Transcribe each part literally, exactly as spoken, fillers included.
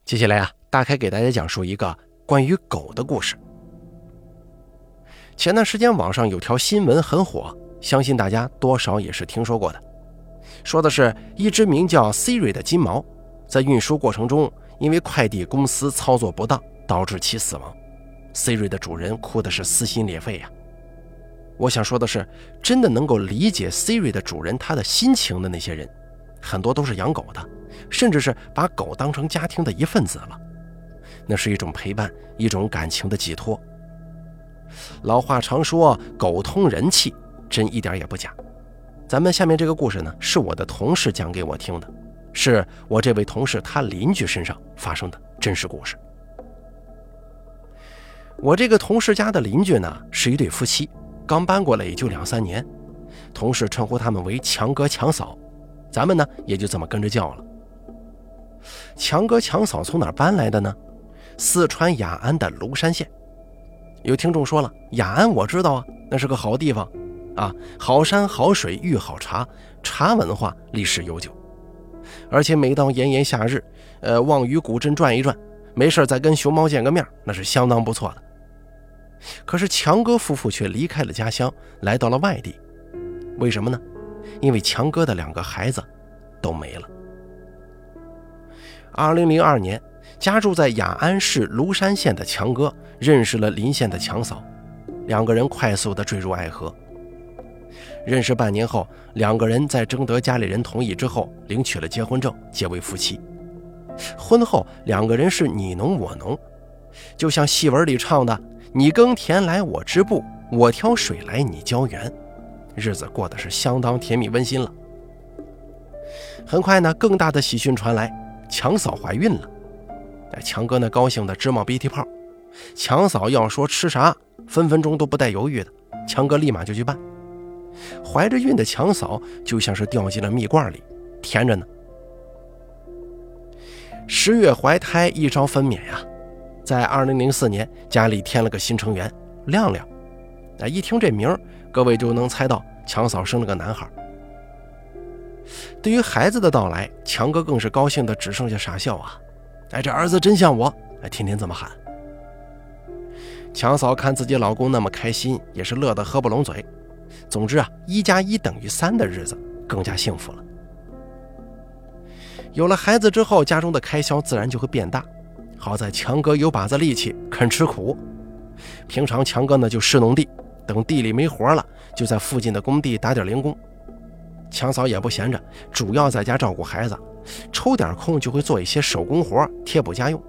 接下来啊，大概给大家讲述一个关于狗的故事。前段时间网上有条新闻很火，相信大家多少也是听说过的。说的是一只名叫 Siri 的金毛，在运输过程中因为快递公司操作不当，导致其死亡。Siri 的主人哭的是撕心裂肺呀、啊。我想说的是，真的能够理解 Siri 的主人他的心情的那些人，很多都是养狗的，甚至是把狗当成家庭的一份子了。那是一种陪伴，一种感情的寄托。老话常说狗通人气，真一点也不假。咱们下面这个故事呢，是我的同事讲给我听的，是我这位同事他邻居身上发生的真实故事。我这个同事家的邻居呢，是一对夫妻，刚搬过来也就两三年，同事称呼他们为强哥强嫂，咱们呢也就这么跟着叫了。强哥强嫂从哪儿搬来的呢？四川雅安的芦山县。有听众说了，雅安我知道啊，那是个好地方啊，好山好水遇好茶，茶文化历史悠久。而且每到炎炎夏日，呃，望于古镇转一转，没事再跟熊猫见个面，那是相当不错的。可是强哥夫妇却离开了家乡，来到了外地。为什么呢？因为强哥的两个孩子都没了。二零零二年，家住在雅安市芦山县的强哥认识了邻县的强嫂，两个人快速地坠入爱河。认识半年后，两个人在征得家里人同意之后，领取了结婚证，结为夫妻。婚后两个人是你侬我侬，就像戏文里唱的，你耕田来我织布，我挑水来你浇园，日子过得是相当甜蜜温馨了。很快呢，更大的喜讯传来，强嫂怀孕了。强哥呢高兴的直冒鼻涕泡，强嫂要说吃啥，分分钟都不带犹豫的，强哥立马就去办。怀着孕的强嫂就像是掉进了蜜罐里，甜着呢。十月怀胎，一朝分娩呀。在二零零四年，家里添了个新成员亮亮。一听这名，各位就能猜到强嫂生了个男孩。对于孩子的到来，强哥更是高兴的只剩下傻笑啊！哎，这儿子真像我，哎，天天这么喊。强嫂看自己老公那么开心，也是乐得合不拢嘴。总之啊，一加一等于三的日子更加幸福了。有了孩子之后，家中的开销自然就会变大。好在强哥有把子力气，肯吃苦。平常强哥呢就侍农地，等地里没活了，就在附近的工地打点零工。强嫂也不闲着，主要在家照顾孩子，抽点空就会做一些手工活，贴补家用。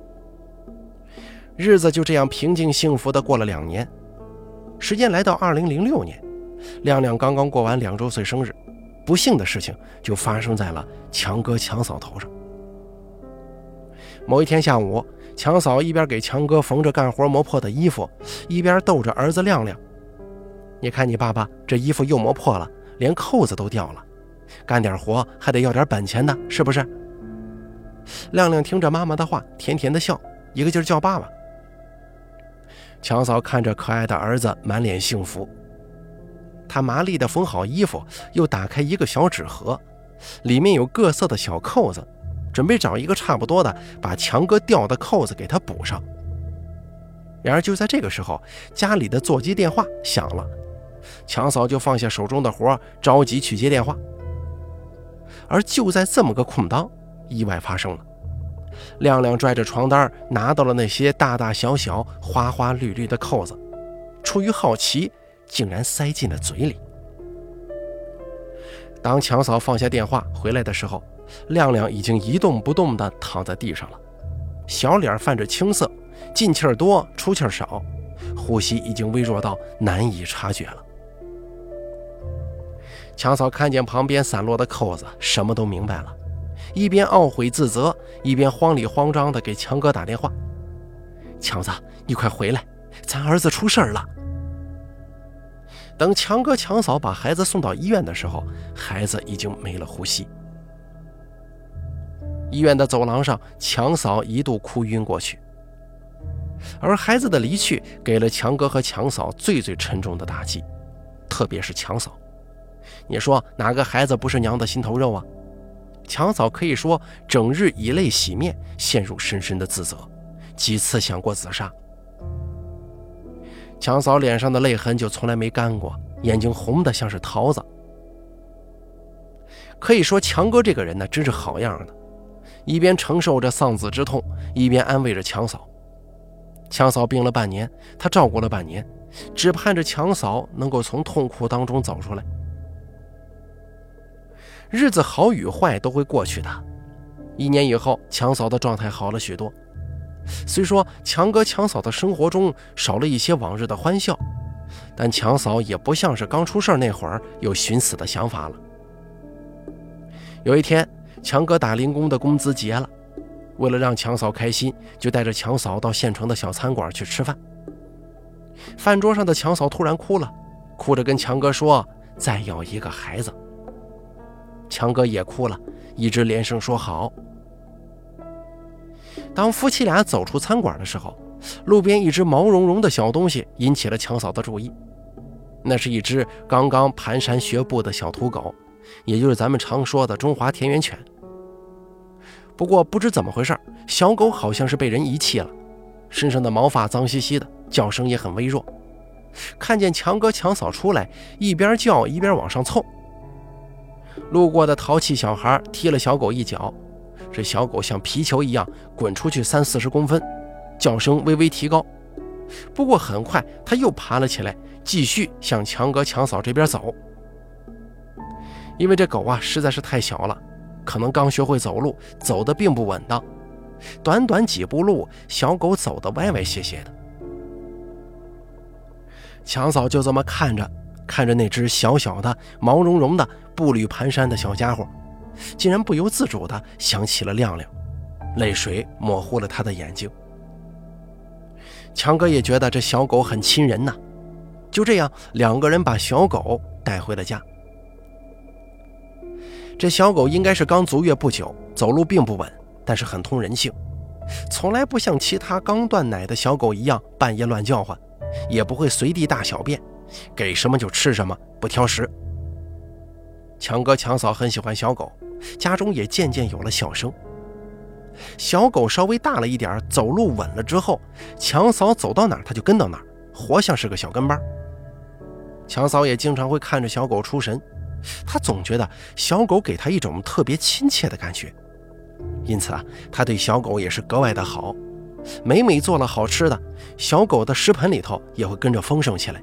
日子就这样平静幸福的过了两年。时间来到二零零六年，亮亮刚刚过完两周岁生日，不幸的事情就发生在了强哥强嫂头上。某一天下午，强嫂一边给强哥缝着干活磨破的衣服，一边逗着儿子亮亮，你看你爸爸这衣服又磨破了，连扣子都掉了，干点活还得要点本钱的，是不是？亮亮听着妈妈的话，甜甜的笑，一个劲儿叫爸爸。强嫂看着可爱的儿子，满脸幸福。她麻利地缝好衣服，又打开一个小纸盒，里面有各色的小扣子，准备找一个差不多的，把强哥掉的扣子给他补上。然而就在这个时候，家里的座机电话响了，强嫂就放下手中的活，着急去接电话。而就在这么个空当，意外发生了。亮亮拽着床单拿到了那些大大小小花花绿绿的扣子，出于好奇竟然塞进了嘴里。当强嫂放下电话回来的时候，亮亮已经一动不动地躺在地上了，小脸泛着青色，进气儿多出气儿少，呼吸已经微弱到难以察觉了。强嫂看见旁边散落的扣子，什么都明白了，一边懊悔自责，一边慌里慌张地给强哥打电话：强子，你快回来，咱儿子出事儿了。等强哥强嫂把孩子送到医院的时候，孩子已经没了呼吸。医院的走廊上，强嫂一度哭晕过去。而孩子的离去给了强哥和强嫂最最沉重的打击，特别是强嫂。你说哪个孩子不是娘的心头肉啊？ 强嫂可以说整日以泪洗面，陷入深深的自责，几次想过自杀。强嫂脸上的泪痕就从来没干过，眼睛红得像是桃子。可以说强哥这个人呢，真是好样的，一边承受着丧子之痛，一边安慰着强嫂。强嫂病了半年，他照顾了半年，只盼着强嫂能够从痛苦当中走出来。日子好与坏都会过去的，一年以后，强嫂的状态好了许多。虽说强哥强嫂的生活中少了一些往日的欢笑，但强嫂也不像是刚出事那会儿有寻死的想法了。有一天，强哥打零工的工资结了，为了让强嫂开心，就带着强嫂到县城的小餐馆去吃饭。饭桌上的强嫂突然哭了，哭着跟强哥说再要一个孩子。强哥也哭了，一直连声说好。当夫妻俩走出餐馆的时候，路边一只毛茸茸的小东西引起了强嫂的注意。那是一只刚刚蹒跚学步的小土狗，也就是咱们常说的中华田园犬。不过不知怎么回事，小狗好像是被人遗弃了，身上的毛发脏兮兮的，叫声也很微弱。看见强哥强嫂出来，一边叫一边往上凑。路过的淘气小孩踢了小狗一脚，这小狗像皮球一样滚出去三四十公分，叫声微微提高。不过很快他又爬了起来，继续向强哥强嫂这边走。因为这狗啊实在是太小了，可能刚学会走路，走得并不稳当，短短几步路，小狗走得歪歪斜斜的。强嫂就这么看着看着那只小小的毛茸茸的步履蹒跚的小家伙，竟然不由自主地想起了亮亮，泪水模糊了他的眼睛。强哥也觉得这小狗很亲人呐，就这样两个人把小狗带回了家。这小狗应该是刚足月不久，走路并不稳，但是很通人性，从来不像其他刚断奶的小狗一样半夜乱叫唤，也不会随地大小便，给什么就吃什么，不挑食。强哥强嫂很喜欢小狗，家中也渐渐有了笑声。小狗稍微大了一点，走路稳了之后，强嫂走到哪儿他就跟到哪儿，活像是个小跟班。强嫂也经常会看着小狗出神，他总觉得小狗给他一种特别亲切的感觉，因此啊，他对小狗也是格外的好。每每做了好吃的，小狗的食盆里头也会跟着丰盛起来。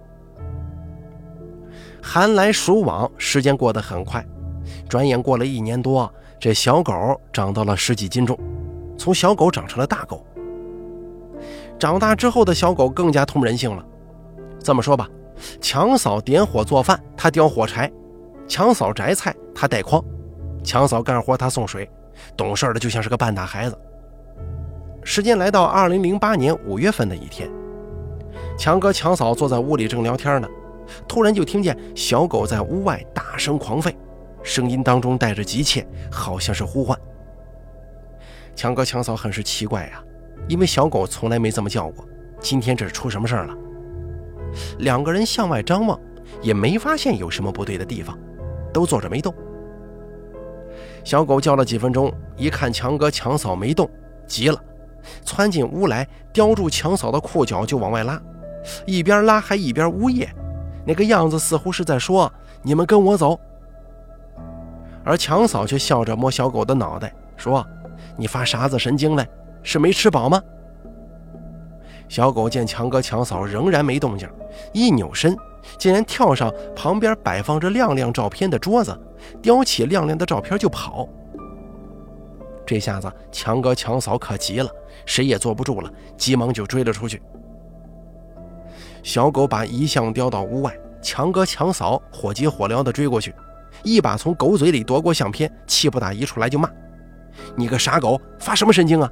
寒来暑往，时间过得很快，转眼过了一年多，这小狗长到了十几斤重，从小狗长成了大狗。长大之后的小狗更加通人性了。这么说吧，强嫂点火做饭，他叼火柴；强嫂摘菜，他带筐；强嫂干活，他送水，懂事的就像是个半大孩子。时间来到二零零八年五月份的一天，强哥强嫂坐在屋里正聊天呢，突然就听见小狗在屋外大声狂吠，声音当中带着急切，好像是呼唤。强哥强嫂很是奇怪呀、啊，因为小狗从来没这么叫过，今天这是出什么事了？两个人向外张望，也没发现有什么不对的地方，都坐着没动。小狗叫了几分钟，一看强哥强嫂没动，急了，窜进屋来，叼住强嫂的裤脚就往外拉，一边拉还一边呜咽，那个样子似乎是在说你们跟我走。而强嫂却笑着摸小狗的脑袋说，你发啥子神经嘞？是没吃饱吗？小狗见强哥强嫂仍然没动静，一扭身竟然跳上旁边摆放着亮亮照片的桌子，叼起亮亮的照片就跑。这下子强哥强嫂可急了，谁也坐不住了，急忙就追了出去。小狗把遗像叼到屋外，强哥强嫂火急火燎地追过去，一把从狗嘴里夺过相片，气不打一处来就骂，你个傻狗，发什么神经啊！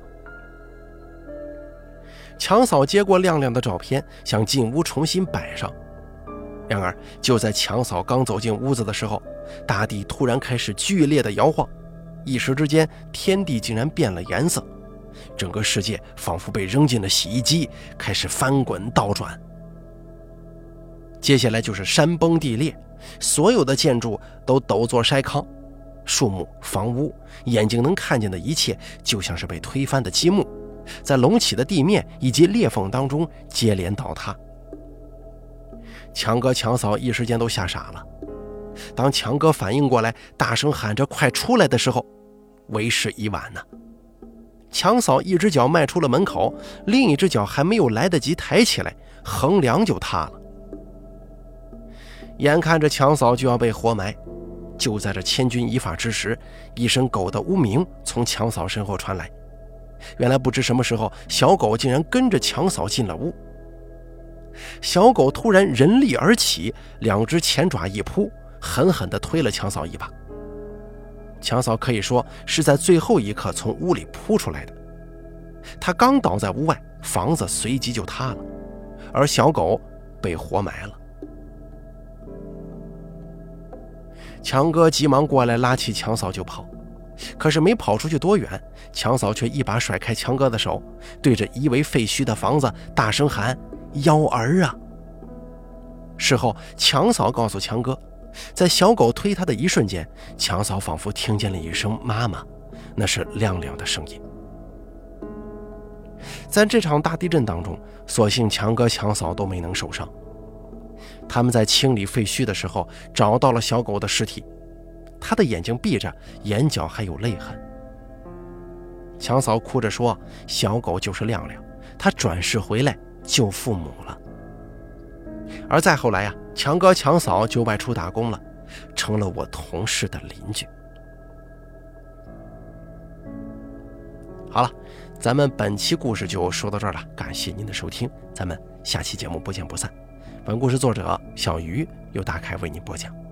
强嫂接过亮亮的照片，想进屋重新摆上。然而就在强嫂刚走进屋子的时候，大地突然开始剧烈的摇晃，一时之间天地竟然变了颜色，整个世界仿佛被扔进了洗衣机，开始翻滚倒转。接下来就是山崩地裂，所有的建筑都抖作筛糠， 树木、房屋，眼睛能看见的一切就像是被推翻的积木，在隆起的地面以及裂缝当中接连倒塌。强哥强嫂一时间都吓傻了。当强哥反应过来，大声喊着快出来的时候，为时已晚呢。强嫂一只脚迈出了门口，另一只脚还没有来得及抬起来，横梁就塌了。眼看着强嫂就要被活埋，就在这千钧一发之时，一声狗的呜鸣从强嫂身后传来。原来不知什么时候，小狗竟然跟着强嫂进了屋。小狗突然人力而起，两只前爪一扑，狠狠地推了强嫂一把。强嫂可以说是在最后一刻从屋里扑出来的，她刚倒在屋外，房子随即就塌了，而小狗被活埋了。强哥急忙过来拉起强嫂就跑，可是没跑出去多远，强嫂却一把甩开强哥的手，对着夷为废墟的房子大声喊：幺儿啊！事后强嫂告诉强哥，在小狗推他的一瞬间，强嫂仿佛听见了一声妈妈，那是亮亮的声音。在这场大地震当中，所幸强哥强嫂都没能受伤。他们在清理废墟的时候找到了小狗的尸体，他的眼睛闭着，眼角还有泪痕。强嫂哭着说，小狗就是亮亮，他转世回来救父母了。而再后来呀、啊，强哥强嫂就外出打工了，成了我同事的邻居。好了，咱们本期故事就说到这儿了，感谢您的收听，咱们下期节目不见不散。本故事作者小鱼由大凯为您播讲。